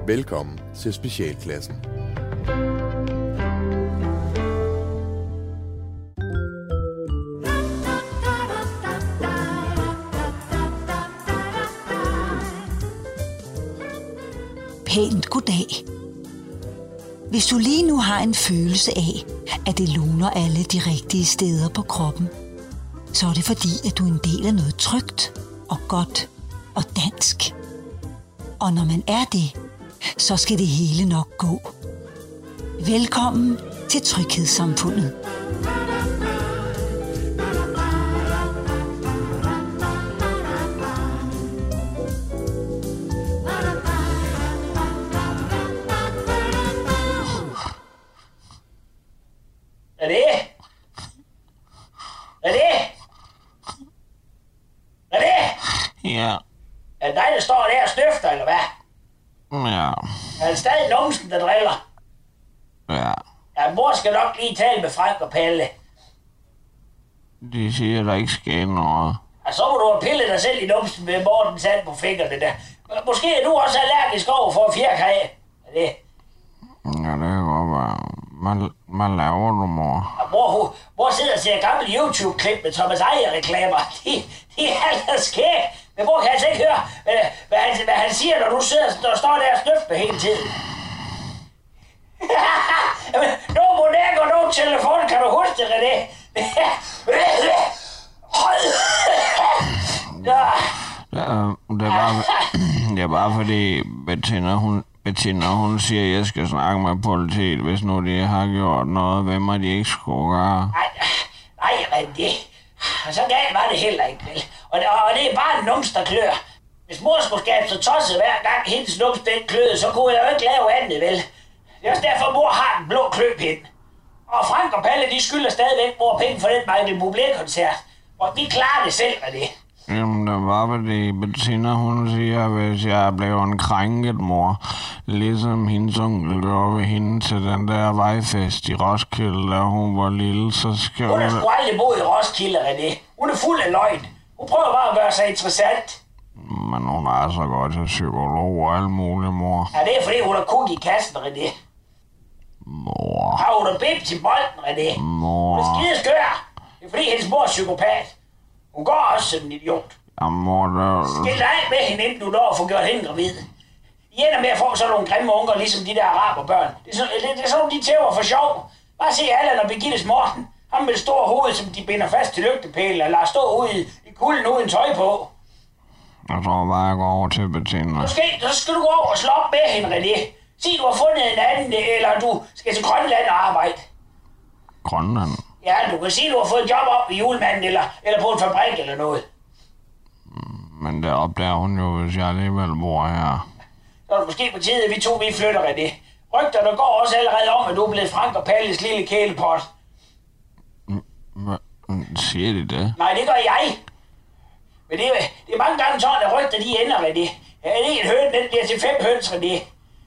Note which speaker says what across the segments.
Speaker 1: Velkommen til Specialklassen.
Speaker 2: Pænt goddag. Hvis du lige nu har en følelse af, at det luner alle de rigtige steder på kroppen, så er det fordi, at du er en del af noget trygt og godt og dansk. Og når man er det, så skal det hele nok gå. Velkommen til Tryghedssamfundet.
Speaker 3: Ja.
Speaker 4: Er det dig, der står der og snøfter, eller hvad?
Speaker 3: Ja.
Speaker 4: Er det stadig numsen, der driller?
Speaker 3: Ja.
Speaker 4: Ja, mor skal nok lige tale med Frank og Palle.
Speaker 3: De siger, der ikke sker noget.
Speaker 4: Og så må du have pillet dig selv i numsen med Morten sand på fingrene der. Måske er du også allergisk over for fjerkræ. Er det?
Speaker 3: Ja, det kan godt være. Hvad laver du, mor?
Speaker 4: Ja, mor sidder og ser gamle YouTube-klip med Thomas Ejer-reklamer. De er altså skæg. Men mor kan altså ikke høre, hvad han siger, når du sidder og står der og snøfter hele tiden. Nu må der gå nogen telefon, kan du huske det, René?
Speaker 3: Det er bare fordi Bettina, hun siger, at jeg skal snakke med politiet, hvis nu de har gjort noget, hvem de ikke skulle gøre.
Speaker 4: Nej, René. Så galt var det heller ikke, vel? Og det er bare en nums, der klør. Hvis mor skulle skabe sig tosset hver gang hendes nums den kløede, så kunne jeg jo ikke lave andet, vel? Det er også derfor, mor har den blå kløpind. Og Frank og Palle, de skylder stadigvæk mor penge for den Michael Bublé-koncert. Og vi klarer det selv med det.
Speaker 3: Jamen, det var fordi Bettina, hun siger, hvis jeg blev en krænket mor, ligesom hendes onkel gjorde ved hende til den der vejfest i Roskilde, da hun var lille, så skal
Speaker 4: hun... Hun har sgu aldrig boet i Roskilde, René. Hun er fuld af løgn. Hun prøver bare at gøre sig interessant.
Speaker 3: Men hun er så godt til psykolog og alt muligt, mor.
Speaker 4: Ja, det er fordi, hun har kug i kassen, René.
Speaker 3: Mor.
Speaker 4: Har hun bip til bolden, René?
Speaker 3: Mor.
Speaker 4: Hun er skideskør. Det er fordi, hendes mor er psykopat. Hun går også som en idiot.
Speaker 3: Ja, mor,
Speaker 4: Skil dig af med hende, inden du når at få gjort hende gravid. I ender med at få sådan nogle grimme unger, ligesom de der araberbørn. Det er sådan, de tæver for sjov. Bare se Allan og Birgittes Morten. Ham med det store hoved, som de binder fast til lygtepælen, og lader stå ude i kulden uden tøj på.
Speaker 3: Jeg tror bare, jeg går over til Bettina.
Speaker 4: Måske, så skal du gå over og slå op med hende, René. Sig, du har fundet en anden, eller du skal til Grønland og arbejde.
Speaker 3: Grønland?
Speaker 4: Ja, du kan sige, du har fået job op i Julemanden, eller på en fabrik eller noget.
Speaker 3: Men det opdager hun jo, hvis jeg alligevel bor her.
Speaker 4: Så er det måske på tide, at vi flytter, René. Rygterne går også allerede om, at du er blevet Frank og Palles lille kælepot.
Speaker 3: Siger de det?
Speaker 4: Nej, det gør jeg. Men det er mange gange sådan, at rygter de ender, René. Ja, det er en høn, den bliver til 5 høns, René.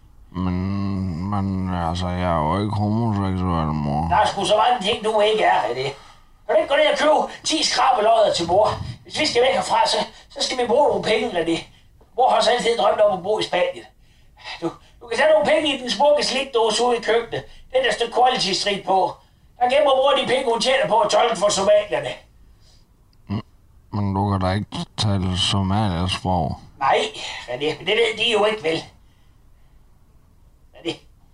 Speaker 3: Men altså, jeg er jo ikke homoseksuel, mor.
Speaker 4: Der er sgu så mange ting, du ikke er, René. Kan du ikke gå ned og købe 10 skrabelodder til mor? Hvis vi skal væk herfra, så skal vi bruge nogle penge, René. Mor har så altid drømt om at bo i Spanien. Du kan tage nogle penge i den smukke slikdåse ude i køkkenet. Den der stykke quality street på. Der gemmer mor de penge, hun tjener på at tolke for somalierne.
Speaker 3: Men du kan da ikke tale somaliasprog.
Speaker 4: Nej, René, men det ved de jo ikke, vel? René?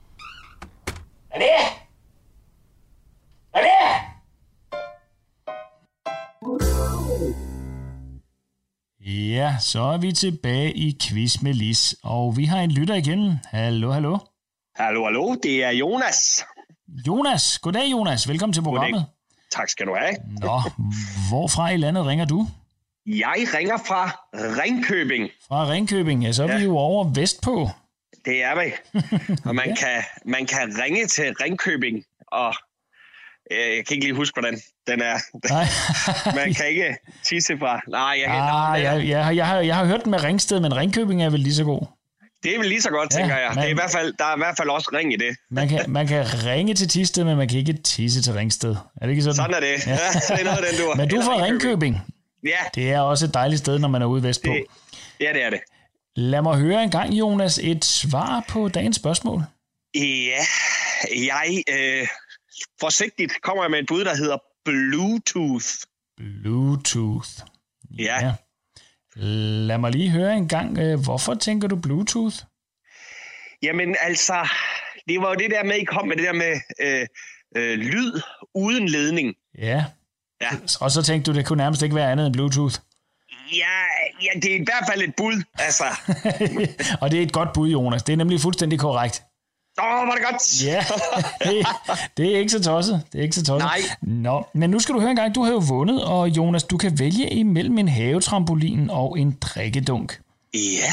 Speaker 5: Ja, så er vi tilbage i Quiz med Lis, og vi har en lytter igen. Hallo.
Speaker 6: Hallo, det er Jonas.
Speaker 5: Jonas, goddag Jonas, velkommen til programmet.
Speaker 6: Goddag. Tak skal du have.
Speaker 5: Nå, hvorfra i landet ringer du?
Speaker 6: Jeg ringer fra Ringkøbing.
Speaker 5: Fra Ringkøbing, ja, så er vi jo over vestpå.
Speaker 6: Det er vi. Og man kan ringe til Ringkøbing, og jeg kan ikke lige huske, hvordan den er. Man kan ikke tisse fra. Nej,
Speaker 5: jeg har hørt den med Ringsted, men Ringkøbing er vel lige så god.
Speaker 6: Det er vel lige så godt, tænker jeg. Det er der er i hvert fald også ring i det.
Speaker 5: Man kan ringe til Thisted, men man kan ikke tisse til Ringsted. Er det ikke sådan?
Speaker 6: Sådan er det. Ja. Det er noget af den,
Speaker 5: Men du er fra Ringkøbing.
Speaker 6: Ja.
Speaker 5: Det er også et dejligt sted, når man er ude vestpå.
Speaker 6: Ja, det er det.
Speaker 5: Lad mig høre en gang, Jonas, et svar på dagens spørgsmål.
Speaker 6: Ja, jeg forsigtigt kommer med et bud, der hedder Bluetooth.
Speaker 5: Bluetooth.
Speaker 6: Ja.
Speaker 5: Lad mig lige høre en gang, hvorfor tænker du Bluetooth?
Speaker 6: Jamen altså, det var jo det der med, I kom med det der med lyd uden ledning.
Speaker 5: Ja. Og så tænkte du, det kunne nærmest ikke være andet end Bluetooth?
Speaker 6: Ja, det er i hvert fald et bud, altså.
Speaker 5: Og det er et godt bud, Jonas. Det er nemlig fuldstændig korrekt.
Speaker 6: Var det godt.
Speaker 5: Ja, det er ikke så tosset.
Speaker 6: Nej.
Speaker 5: Nå, men nu skal du høre en gang, du har jo vundet, og Jonas, du kan vælge imellem en havetrampolin og en drikkedunk.
Speaker 6: Ja.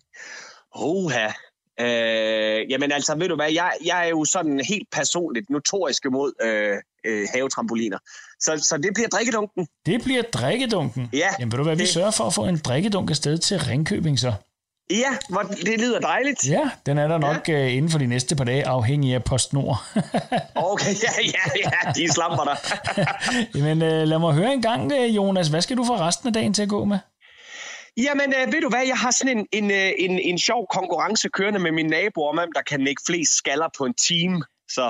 Speaker 6: Jamen altså, ved du hvad, jeg er jo sådan helt personligt notorisk imod havetrampoliner. Så det bliver drikkedunken.
Speaker 5: Det bliver drikkedunken?
Speaker 6: Ja.
Speaker 5: Jamen ved du hvad, vi sørger for at få en drikkedunk afsted til Ringkøbing så.
Speaker 6: Ja, det lyder dejligt.
Speaker 5: Ja, den er der nok inden for de næste par dage, afhængig af PostNord.
Speaker 6: Okay, ja, de slamper der.
Speaker 5: Jamen lad mig høre en gang, Jonas, hvad skal du få resten af dagen til at gå med?
Speaker 6: Jamen, ved du hvad, jeg har sådan en sjov konkurrence kørende med mine naboer om, hvem der kan lægge flest skaller på en time, så...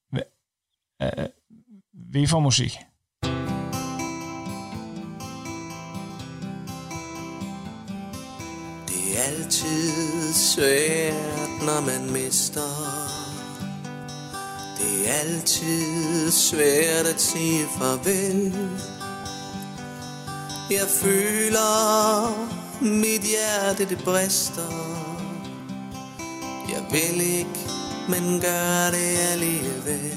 Speaker 5: Vi får musik.
Speaker 7: Det er altid svært, når man mister. Det er altid svært at sige farvel. Jeg føler, mit hjerte det brister. Jeg vil ikke, men gør det alligevel.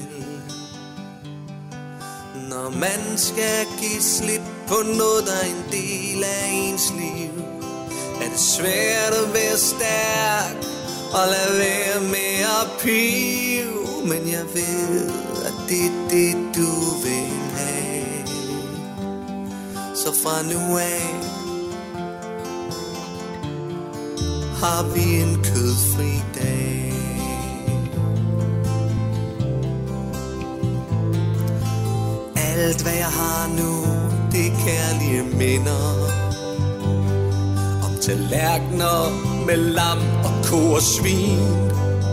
Speaker 7: Når man skal give slip på noget, der er en del af ens liv, er det svært at være stærk og lade være med at pive. Men jeg ved, at det er det, du vil have. Så fra nu af har vi en kødfri dag. Alt hvad jeg har nu, det er kærlige minder om tallerkener med lam og ko og svin.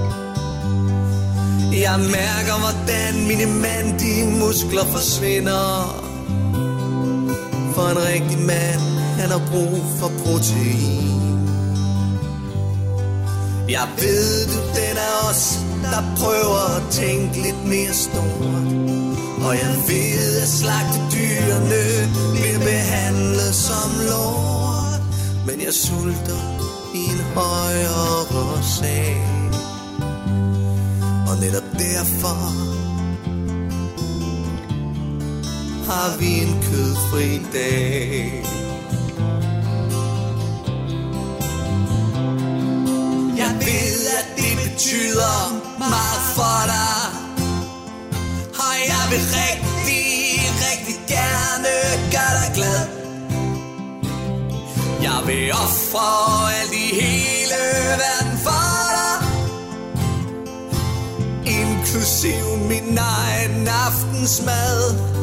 Speaker 7: Jeg mærker, hvordan mine mandige muskler forsvinder. For en rigtig mand, han har brug for protein. Jeg ved, du den er os, der prøver at tænke lidt mere stort. Og jeg ved, at slagtedyrene bliver behandlet som lort. Men jeg sulter i en højere sag. Og netop derfor har vi en kødfri dag. Jeg ved, at det betyder meget for dig. Og jeg vil rigtig gerne gøre dig glad. Jeg vil ofre alt i hele verden for dig, inklusiv min egen aftensmad.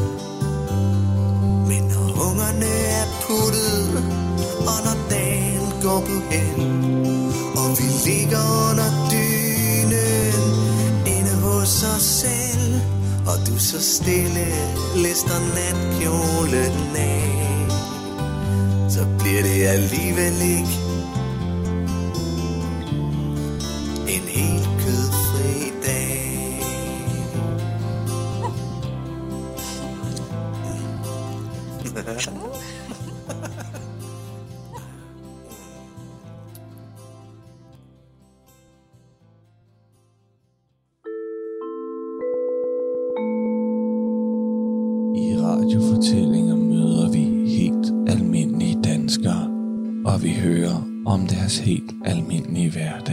Speaker 7: Men når ungerne er puttet, og når dagen går på held, og vi ligger under dynen inde hos os selv, og du så stille lister natkjolen af, så bliver det alligevel ikke en helt kødfri dag.
Speaker 3: I radiofortællinger møder vi helt almindelige danskere, og vi hører om deres helt almindelige hverdag.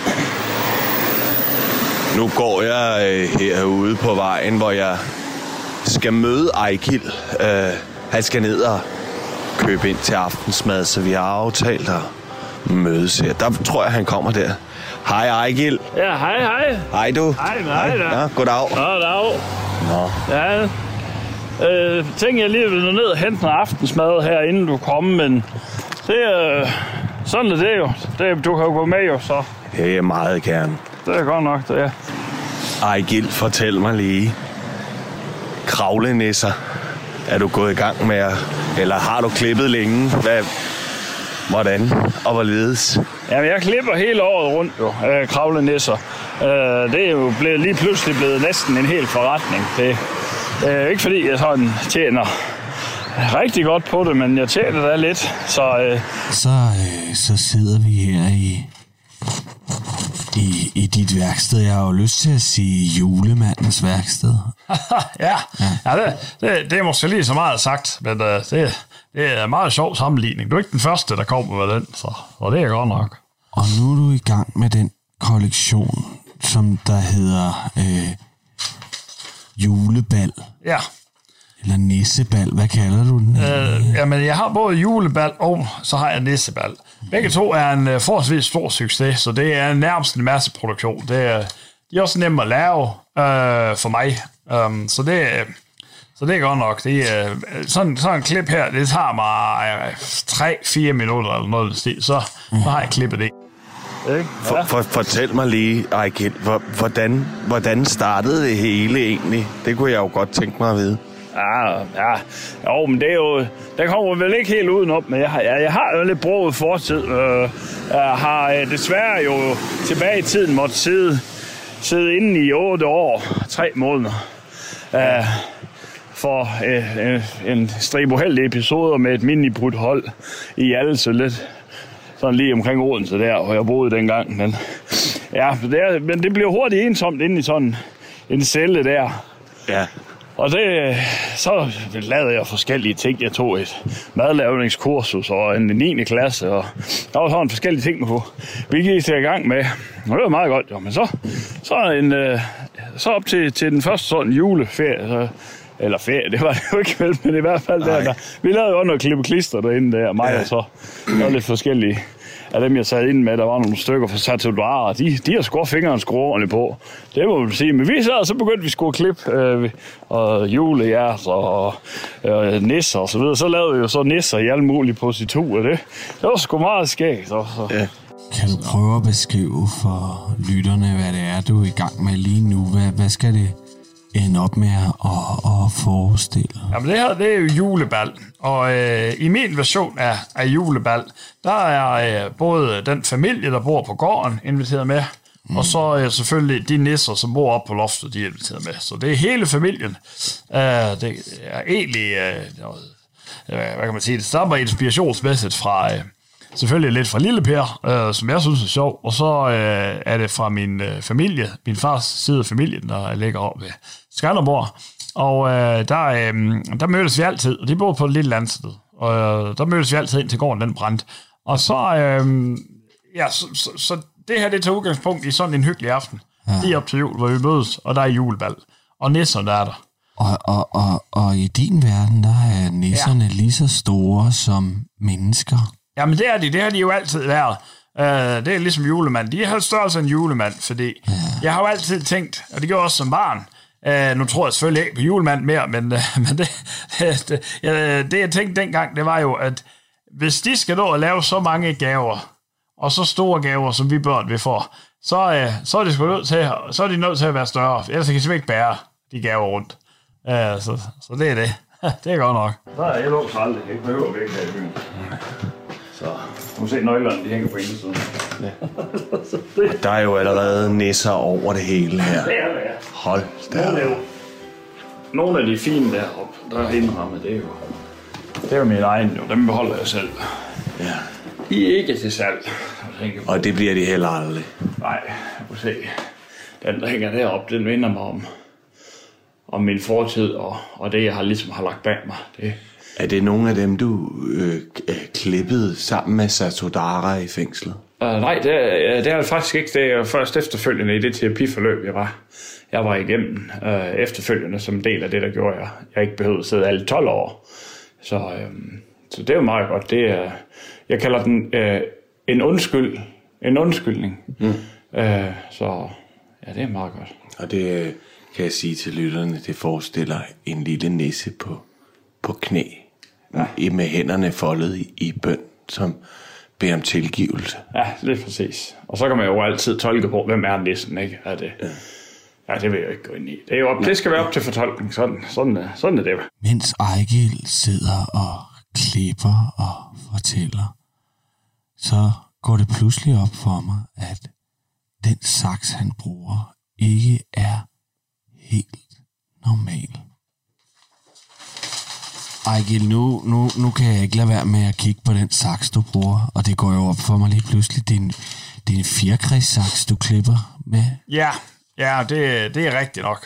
Speaker 1: Nu går jeg herude på vejen, hvor jeg skal møde Ejgil. Han skal ned og købe ind til aftensmad, så vi har aftalt at mødes her. Der tror jeg, han kommer der. Hej Ejgil.
Speaker 8: Ja, hej.
Speaker 1: Hej du.
Speaker 8: Hej der.
Speaker 1: Ja, goddag.
Speaker 8: Goddag.
Speaker 1: Nå.
Speaker 8: Ja, tænkte jeg lige ville ned og hente noget aftensmad her, inden du kom, men sådan er det jo. Du kan jo gå med jo, så.
Speaker 1: Det er meget gerne.
Speaker 8: Det er godt nok, det er.
Speaker 1: Ejgil, fortæl mig lige. Kravlenisser. Er du gået i gang med eller har du klippet længe? Hvordan og hvorledes?
Speaker 8: Jamen, jeg klipper hele året rundt jo, kravlenisser. Det er jo lige pludselig blevet næsten en hel forretning. Det er ikke fordi, jeg sådan tjener rigtig godt på det, men jeg tjener da lidt.
Speaker 3: Så sidder vi her i dit værksted. Jeg har jo lyst til at sige julemandens værksted.
Speaker 8: ja, det er måske lige så meget sagt, men det er en meget sjov sammenligning. Du er ikke den første, der kommer med den, så det er godt nok.
Speaker 3: Og nu er du i gang med den kollektion, som der hedder julebal.
Speaker 8: Ja.
Speaker 3: Eller nissebal, hvad kalder du den?
Speaker 8: Jamen, jeg har både julebal og så har jeg nissebal. Begge to er en forholdsvis stor succes, så det er nærmest en masseproduktion. De er også nemme at lave for mig, så det er godt nok. Sådan en klip her, det tager mig 3-4 minutter eller noget stil, så har jeg klippet det.
Speaker 1: Fortæl mig lige, Ejgil, hvordan startede det hele egentlig? Det kunne jeg jo godt tænke mig at vide.
Speaker 8: Jo, men det er jo... Der kommer vel ikke helt udenom, men jeg har jo lidt broget fortid. Jeg har desværre jo tilbage i tiden måtte sidde inde i 8 år, 3 måneder. For en stribe uheldige episoder med et minibrudt hold i Hjallese, lidt sådan lige omkring Odense der, hvor jeg boede dengang. Men det blev hurtigt ensomt inde i sådan en celle der.
Speaker 1: Ja.
Speaker 8: Og så lavede jeg forskellige ting. Jeg tog et madlavningskursus og en 9. klasse, og der var sådan forskellige ting på. Vi gik til i gang med, og det var meget godt jo, men så op til den første sådan juleferie, eller ferie, det var det jo ikke vel, men i hvert fald der. Vi lavede jo noget klippe klister derinde der, mig og så. Der var lidt forskellige af dem, jeg sad inde med. Der var nogle stykker fra Satudarer. De har skåret fingeren skruerne på. Det må man sige. Men vi sad, så begyndte vi at klippe og julehjerter og nisser og så videre. Så lavede vi jo så nisser i alle mulige positurer. Det var sgu meget skægt.
Speaker 1: Ja.
Speaker 3: Kan du prøve at beskrive for lytterne, hvad det er, du er i gang med lige nu? Hvad skal det ende op med at forestille?
Speaker 8: Jamen det er jo julebal, og i min version af julebal, der er både den familie, der bor på gården, inviteret med, og så selvfølgelig de nisser, som bor oppe på loftet, de er inviteret med. Så det er hele familien. Det er egentlig, hvad kan man sige, det stammer inspirationsmæssigt fra... Selvfølgelig lidt fra Lille Per, som jeg synes er sjov, og så er det fra min familie, min fars side af familien, der ligger oppe ved Skanderborg. Og der mødtes vi altid, og de bor på et lille landsted, og der mødtes vi altid ind til gården, den brændte. Og så, så det her, det tager udgangspunkt i sådan en hyggelig aften, lige op til jul, hvor vi mødes, og der er julebal, og nisser, der er der.
Speaker 3: Og i din verden, der er nisserne lige så store som mennesker.
Speaker 8: Jamen det har de jo altid været. Det er ligesom julemand. De har størrelse en julemand, fordi jeg har jo altid tænkt, og det gjorde også som barn, nu tror jeg selvfølgelig ikke på julemand mere, men det jeg tænkte dengang, det var jo, at hvis de skal nå at lave så mange gaver, og så store gaver, som vi børn vi får, så er de sgu nødt til, så er de nødt til at være større, ellers kan de ikke bære de gaver rundt. Så det er det. Det er godt nok. Så er jeg låst aldrig. Jeg behøver væk her i byen. Så du kan se nøglerne, de hænger på indersiden. Ja.
Speaker 1: Der er jo allerede nisser over det hele her.
Speaker 8: Det er det, ja.
Speaker 1: Hold da.
Speaker 8: Nogle af de fine deroppe, der er indrammet, det er jo min egen, jo. Dem beholder jeg selv.
Speaker 1: Ja.
Speaker 8: De er ikke til salg.
Speaker 1: Og det bliver de heller aldrig.
Speaker 8: Nej, jeg kan se. Den, der hænger deroppe, den minder mig om min fortid, og det, jeg har ligesom har lagt bag mig. Det.
Speaker 1: Er det nogle af dem, du klippede sammen med Satudara i fængslet?
Speaker 8: Nej, det er det faktisk ikke. Det er først efterfølgende i det terapiforløb, jeg var igennem efterfølgende som del af det, der gjorde jeg ikke behøvede at sidde alle 12 år. Så det er jo meget godt. Det er, jeg kalder den en undskyldning. Så ja, det er meget godt.
Speaker 1: Og det kan jeg sige til lytterne, det forestiller en lille nisse på knæ, med hænderne foldet i bøn, som bede om tilgivelse.
Speaker 8: Ja, lidt præcis. Og så kan man jo altid tolke på, hvem er nissen, ikke? Er det... Ja, det vil jeg ikke gå ind i. Det skal være op til fortolkning. Sådan er det.
Speaker 3: Mens Ejgil sidder og klipper og fortæller, så går det pludselig op for mig, at den saks, han bruger, ikke er helt normal. Ejgil, nu kan jeg ikke lade være med at kigge på den saks, du bruger, og det går jo op for mig lige pludselig. Det er en fjerkræs-saks, du klipper med.
Speaker 8: Ja, det er rigtigt nok.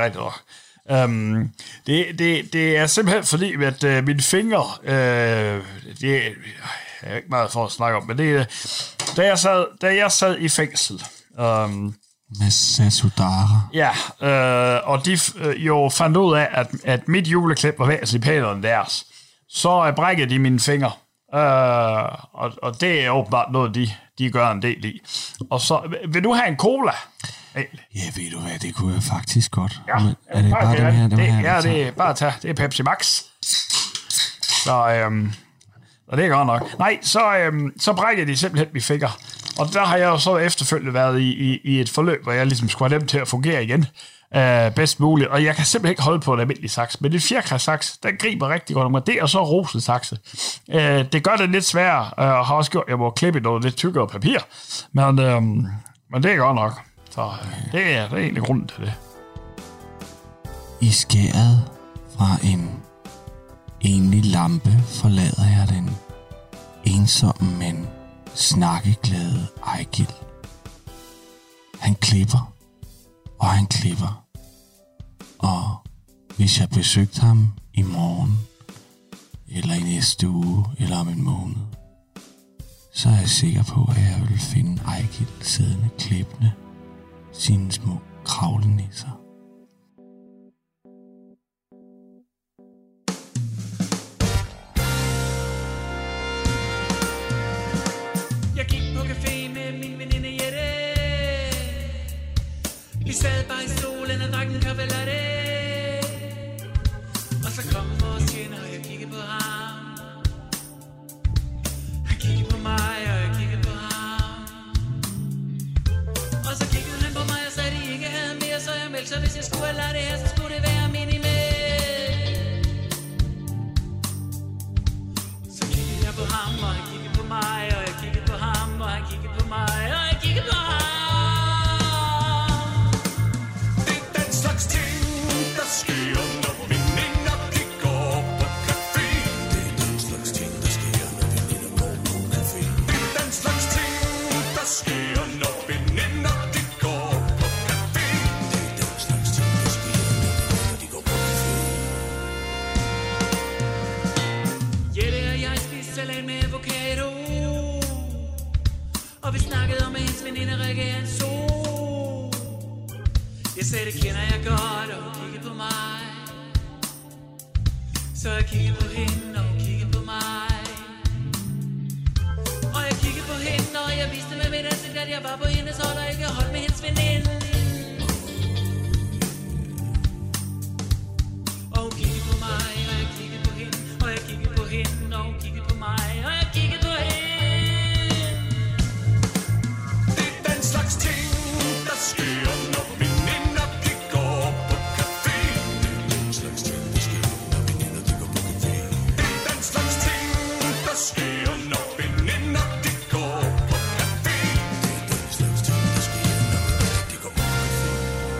Speaker 8: Det er simpelthen fordi, at mine fingre, det er ikke meget for at snakke om, men det er, da jeg sad i fængsel.
Speaker 3: Med Sasudara.
Speaker 8: Ja, og de jo fandt ud af, at mit juleklip var væsentligt pænere end deres. Så brækkede de mine fingre. Og det er åbenbart noget, de gør en del i. Og så, vil du have en cola? Egentlig?
Speaker 3: Ja, ved du hvad, det kunne jeg faktisk godt.
Speaker 8: Ja,
Speaker 3: men er det bare dem her?
Speaker 8: Ja, det er bare at tage. Det er Pepsi Max. Så det er godt nok. Nej, så brækkede de simpelthen mine fingre. Og der har jeg jo så efterfølgende været i et forløb, hvor jeg ligesom skulle have dem til at fungere igen bedst muligt. Og jeg kan simpelthen ikke holde på en almindelig saks. Men det fjerkræs-saks, den griber rigtig godt om. Det er så rosesakse. Det gør det lidt sværere, og har også gjort, at jeg må klippe noget lidt tykkere papir. Men det er godt nok. Så det er egentlig grunden til det.
Speaker 3: I skæret fra en enlig lampe forlader jeg den ensomme, men snakkeglade Ejgil. Han klipper, og han klipper. Og hvis jeg besøgte ham i morgen, eller i næste uge, eller om en måned, så er jeg sikker på, at jeg vil finde Ejgil siddende klippende sine små kravlenisser.
Speaker 9: Jeg gik på café med min veninde Jette. Vi sad bare i solen og drak en kaffe latte. Og så kom vores tjener, og jeg kiggede på ham. Han kiggede på mig, og jeg kiggede på ham. Og så kiggede han på mig og sagde, at de ikke havde mere. Så jeg meldte sig, hvis jeg skulle have latte her, så skulle det være minimalt. Så kiggede jeg på ham, og han kiggede på mig, og jeg kiggede på ham, og han kiggede på mig, og jeg kiggede på ham.
Speaker 7: Det er den slags ting, der sker, når veninder går på café. Det er den slags ting, der sker, når veninder går på café. Det er den slags ting, der sker, når veninder går på café. Det er den slags ting, der sker, når veninder går på café.
Speaker 9: Jette og jeg spiste salat med avocado. Og vi snakkede om, at hendes veninde Rikke er en sol. Jeg sagde, det kender jeg godt, og hun kiggede på mig. Så jeg kiggede på hende, og hun kiggede på mig. Og jeg kiggede på hende, og jeg viste med mit ansigt, at jeg var på hendes hold, og ikke holdt med hendes veninde. Og hun kiggede på mig, og jeg kiggede på hende, og jeg kiggede på hende, og hun kiggede på mig, og jeg kiggede på hende.
Speaker 7: Det er den slags ting, der sker, når veninder går på café. Det er den slags ting, der sker, når veninder går på café. Det er den slags ting, der sker, når veninder går på café. Det er den slags ting, der sker, når veninder går på café.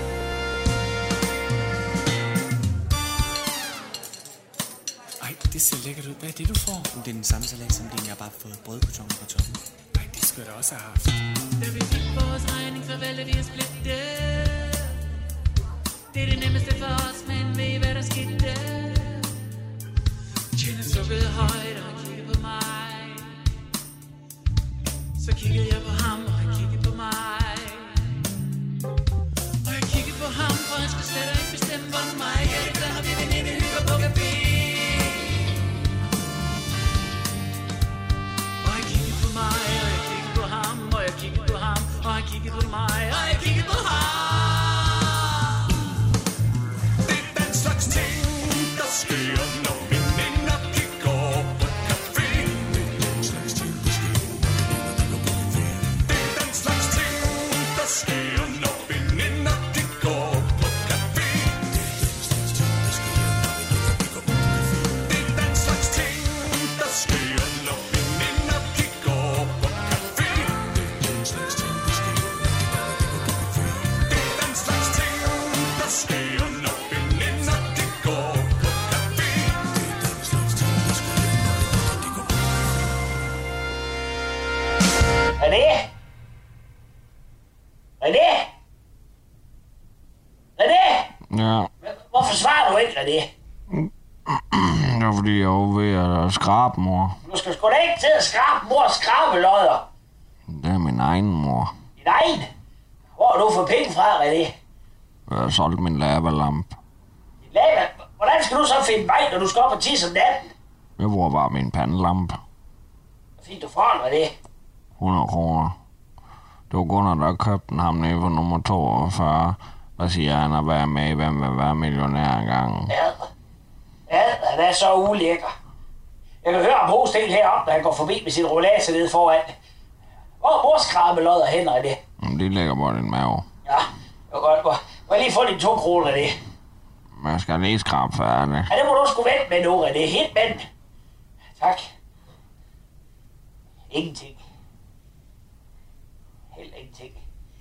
Speaker 10: Ej, det ser lækkert ud. Hvad er det, du får? Det er den samme salat, som din. Jeg har bare fået brødkuton på toppen. Nej, det skulle jeg da også have haft.
Speaker 9: Da vi fik vores regning, så valgte vi at splitte. Det er det nemmeste for os, men ved I, hvad der skete? Tjener sukkede højt, og han kiggede på mig. Så kiggede jeg på ham, og han kiggede på mig. Og jeg kiggede på ham, for han skulle slet ikke bestemme, hvordan mig og Jette gør, når vi veninde hygger på café. Og jeg kiggede på mig, og jeg kiggede på ham, og jeg kiggede på ham, og han kiggede på mig, og jeg kiggede på ham.
Speaker 7: Det er den slags ting, der sker, når veninder går på café. Det er den slags ting, der sker, når
Speaker 4: René? René? René?
Speaker 3: Ja.
Speaker 4: Hvorfor svarer du ikke, René?
Speaker 3: Det var fordi, jeg var ved at skrabe, mor.
Speaker 4: Du skal sgu da ikke til at skrabe mors skrabelodder.
Speaker 3: Det er min egen mor.
Speaker 4: Din egen? Hvor har du fået penge fra, René?
Speaker 3: Jeg har solgt min lavalamp.
Speaker 4: Lava? Hvordan skal du så finde vej, når du skal op og tisse om natten?
Speaker 3: Jeg bruger bare min pandelamp.
Speaker 4: Hvad fik du for den, René?
Speaker 3: 100 kroner. Det var Gunnar, der købte den ham nede på nummer 42. Hvad siger han at være med i Hvem vil være millionær engang?
Speaker 4: Ja, han er så ulækker. Jeg kan høre ham hoste helt heroppe, når han går forbi med sin rollator nede foran. Hvor er mors skrabelodder hen, René?
Speaker 3: De ligger på din mave.
Speaker 4: Ja, det var godt. Må jeg lige få dine 2 kroner, René?
Speaker 3: Men jeg skal lige skrabe færdig.
Speaker 4: Ja, det må du sgu vente med nu, René. Helt mand. Tak. Ingenting. Heller ingenting.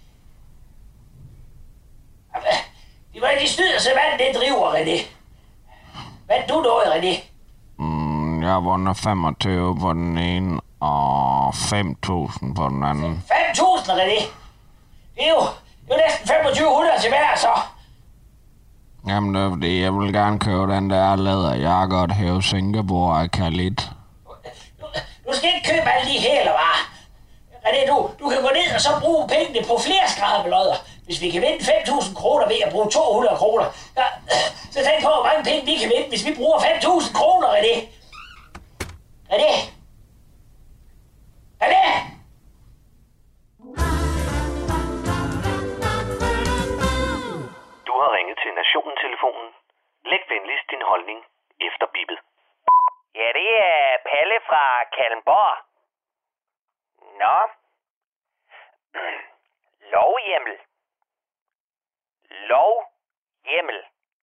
Speaker 4: Det var de snyder, så hvad det driver, René. Hvad er du nået, René?
Speaker 3: Jeg har vundet 25 på den ene og 5.000 på den anden.
Speaker 4: 5.000, René? Det er jo næsten 2500 til hver, så.
Speaker 3: Jamen, det er fordi, jeg vil gerne købe den der læderjakke og hæve Singapore af Khalid.
Speaker 4: Du skal ikke købe alle de hælervarer. René, du kan gå ned og så bruge pengene på flere skrabelodder. Hvis vi kan vinde 5.000 kroner ved at bruge 200 kroner, så tænk på, hvor mange penge vi kan vinde, hvis vi bruger 5.000 kroner, René. René? René?
Speaker 11: Du har ringet til Nationen-telefonen. Læg venligst din holdning efter bippet.
Speaker 12: Ja, det er Palle fra Kalundborg. Nå. Lovhjemmel. Lovhjemmel.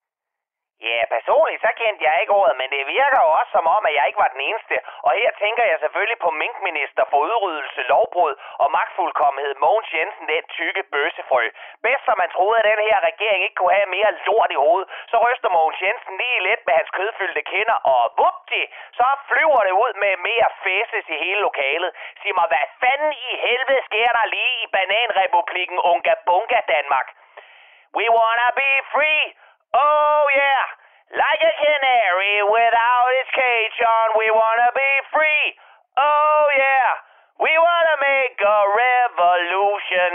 Speaker 12: Ja, personligt så kendte jeg ikke ordet, men det virker jo også som om, at jeg ikke var den eneste. Og her tænker jeg selvfølgelig på minkminister for udryddelse, lovbrud og magtfuldkommenhed Mogens Jensen, den tykke bøssefrø. Bedst som man troede, at den her regering ikke kunne have mere lort i hovedet, så ryster Mogens Jensen lige let med hans kødfyldte kinder, og vupti, så flyver det ud med mere fæses i hele lokalet. Sig mig, hvad fanden i helvede sker der lige i bananrepublikken Unga Bunga Danmark? We wanna be free! Oh yeah, like a canary without its cage on, we wanna be free. Oh yeah, we wanna make a revolution.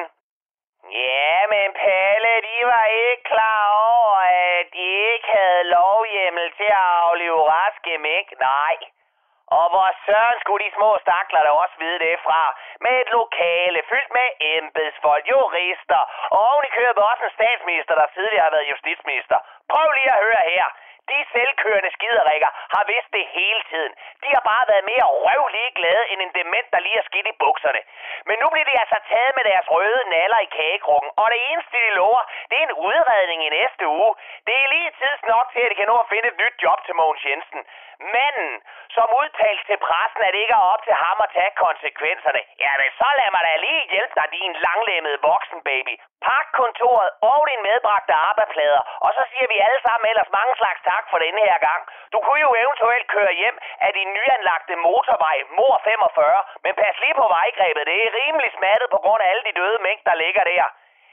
Speaker 12: Ja, men Palle, de var ikke klar over, at de ikke havde lovhjemmel til at aflive raske mink. Nej. Og hvor søren skulle de små stakler der også vide det fra? Med et lokale fyldt med embedsfolk, jurister, og oven i købet også en statsminister, der tidligere har været justitsminister. Prøv lige at høre her. De selvkørende skiderikker har vidst det hele tiden. De har bare været mere røvlige glade end en dement, der lige er skidt i bukserne. Men nu bliver de altså taget med deres røde naller i kagekrukken, og det eneste de lover, det er en udredning i næste uge. Det er lige tids nok til, at de kan nå at finde et nyt job til Mogens Jensen. Manden, som udtalt til pressen, at det ikke er op til ham at tage konsekvenserne. Jamen, så lad mig da lige hjælpe dig, din langlemmede voksenbaby. Pak kontoret og dine medbragte arbejdsplader, og så siger vi alle sammen ellers mange slags tak for denne her gang. Du kunne jo eventuelt køre hjem af din nyanlagte motorvej, Mor 45, men pas lige på vejgrebet. Det er rimelig smattet på grund af alle de døde mink, der ligger der.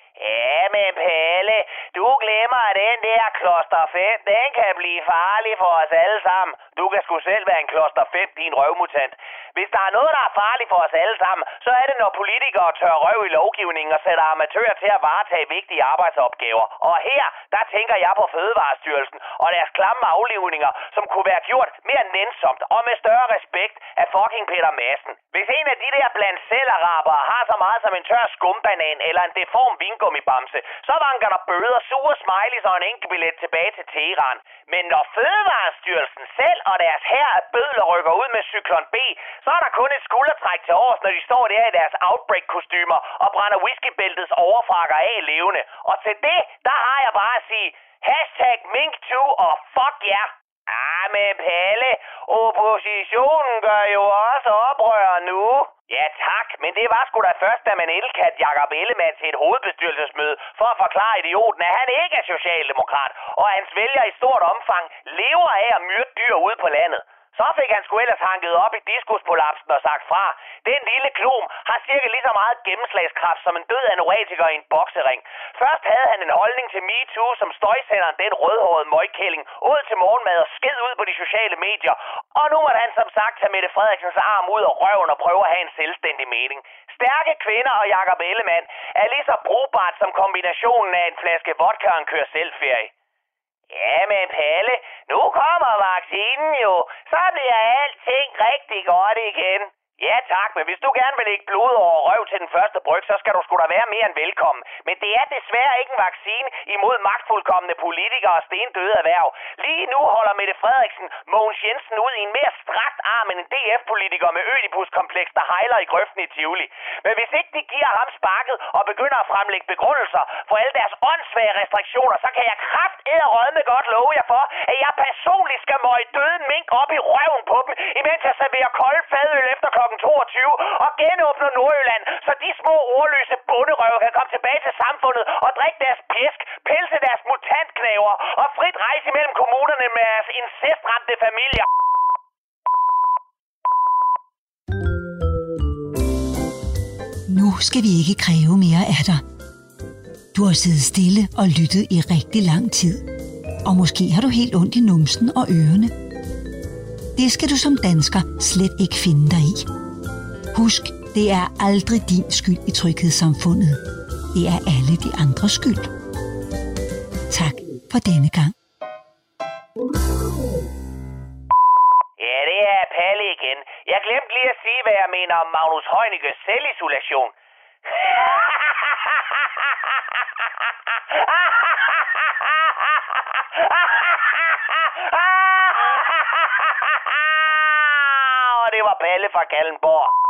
Speaker 12: Ja, men Palle, du glemmer, at den der kloster 5, den kan blive farlig for os alle sammen. Du kan sgu selv være en kloster 5, din røvmutant. Hvis der er noget, der er farligt for os alle sammen, så er det, når politikere tør røv i lovgivningen og sætter amatører til at varetage vigtige arbejdsopgaver. Og her, der tænker jeg på Fødevarestyrelsen og deres klamme aflivninger, som kunne være gjort mere nænsomt og med større respekt af fucking Peter Madsen. Hvis en af de der blandt selv-arabere har så meget som en tør skumbanan eller en deform vingummibamse, så vanker der bøder, sure smileys og en enkeltbillet tilbage til Teheran. Men når Fødevarestyrelsen selv og deres hær af bødler rykker ud med cyklon B, så er der kun et skuldertræk til års, når de står der i deres outbreak-kostymer og brænder whiskybæltets overfrakker af levende. Og til det, der har jeg bare at sige, #Mink2 og fuck jer. Men Palle, oppositionen gør jo også oprør nu. Ja tak, men det var sgu da først, da man indkaldte Jakob Ellemann til et hovedbestyrelsesmøde for at forklare idioten, at han ikke er socialdemokrat, og hans vælgere i stort omfang lever af at myrde dyr ude på landet. Så fik han sgu ellers hanket op i diskusprolapsen og sagt fra. Den lille klum har cirka lige så meget gennemslagskraft som en død anoretiker i en boksering. Først havde han en holdning til MeToo, som støjsenderen den rødhårede møgkælling ud til morgenmad og sked ud på de sociale medier. Og nu måtte han som sagt tage Mette Frederiksens arm ud af røven og prøve at have en selvstændig mening. Stærke kvinder og Jakob Ellemann er lige så brugbart som kombinationen af en flaske vodka og en kør-selv-ferie. Ja, men Palle, nu kommer vaccinen jo. Så bliver alting rigtig godt igen. Ja tak, men hvis du gerne vil lægge blod over røv til den første bryg, så skal du sgu da være mere end velkommen. Men det er desværre ikke en vaccine imod magtfuldkommende politikere og stendøde erhverv. Lige nu holder Mette Frederiksen Mogens Jensen ud i en mere strakt arm end en DF-politiker med Ødipus-kompleks, der hejler i grøften i Tivoli. Men hvis ikke de giver ham sparket og begynder at fremlægge begrundelser for alle deres åndssvage restriktioner, så kan jeg kraftedderrødme godt love jer for, at jeg personligt skal møje døde mink op i røven på dem, imens jeg serverer kolde fadøl efter kl. 22 og genåbner Nordjylland, så de små ordløse bunderøve kan komme tilbage til samfundet og drikke deres pjesk, pelse deres mutantknæver og frit rejse mellem kommunerne med deres incestramte familier.
Speaker 2: Nu skal vi ikke kræve mere af dig. Du har siddet stille og lyttet i rigtig lang tid, og måske har du helt ondt i numsen og ørerne. Det skal du som dansker slet ikke finde dig i. Husk, det er aldrig din skyld i tryghedssamfundet. Det er alle de andres skyld. Tak for denne gang.
Speaker 12: Ja, det er Palle igen. Jeg glemte lige at sige, hvad jeg mener om Magnus Heunickes selvisolation. Og det var Palle fra Kallenborg.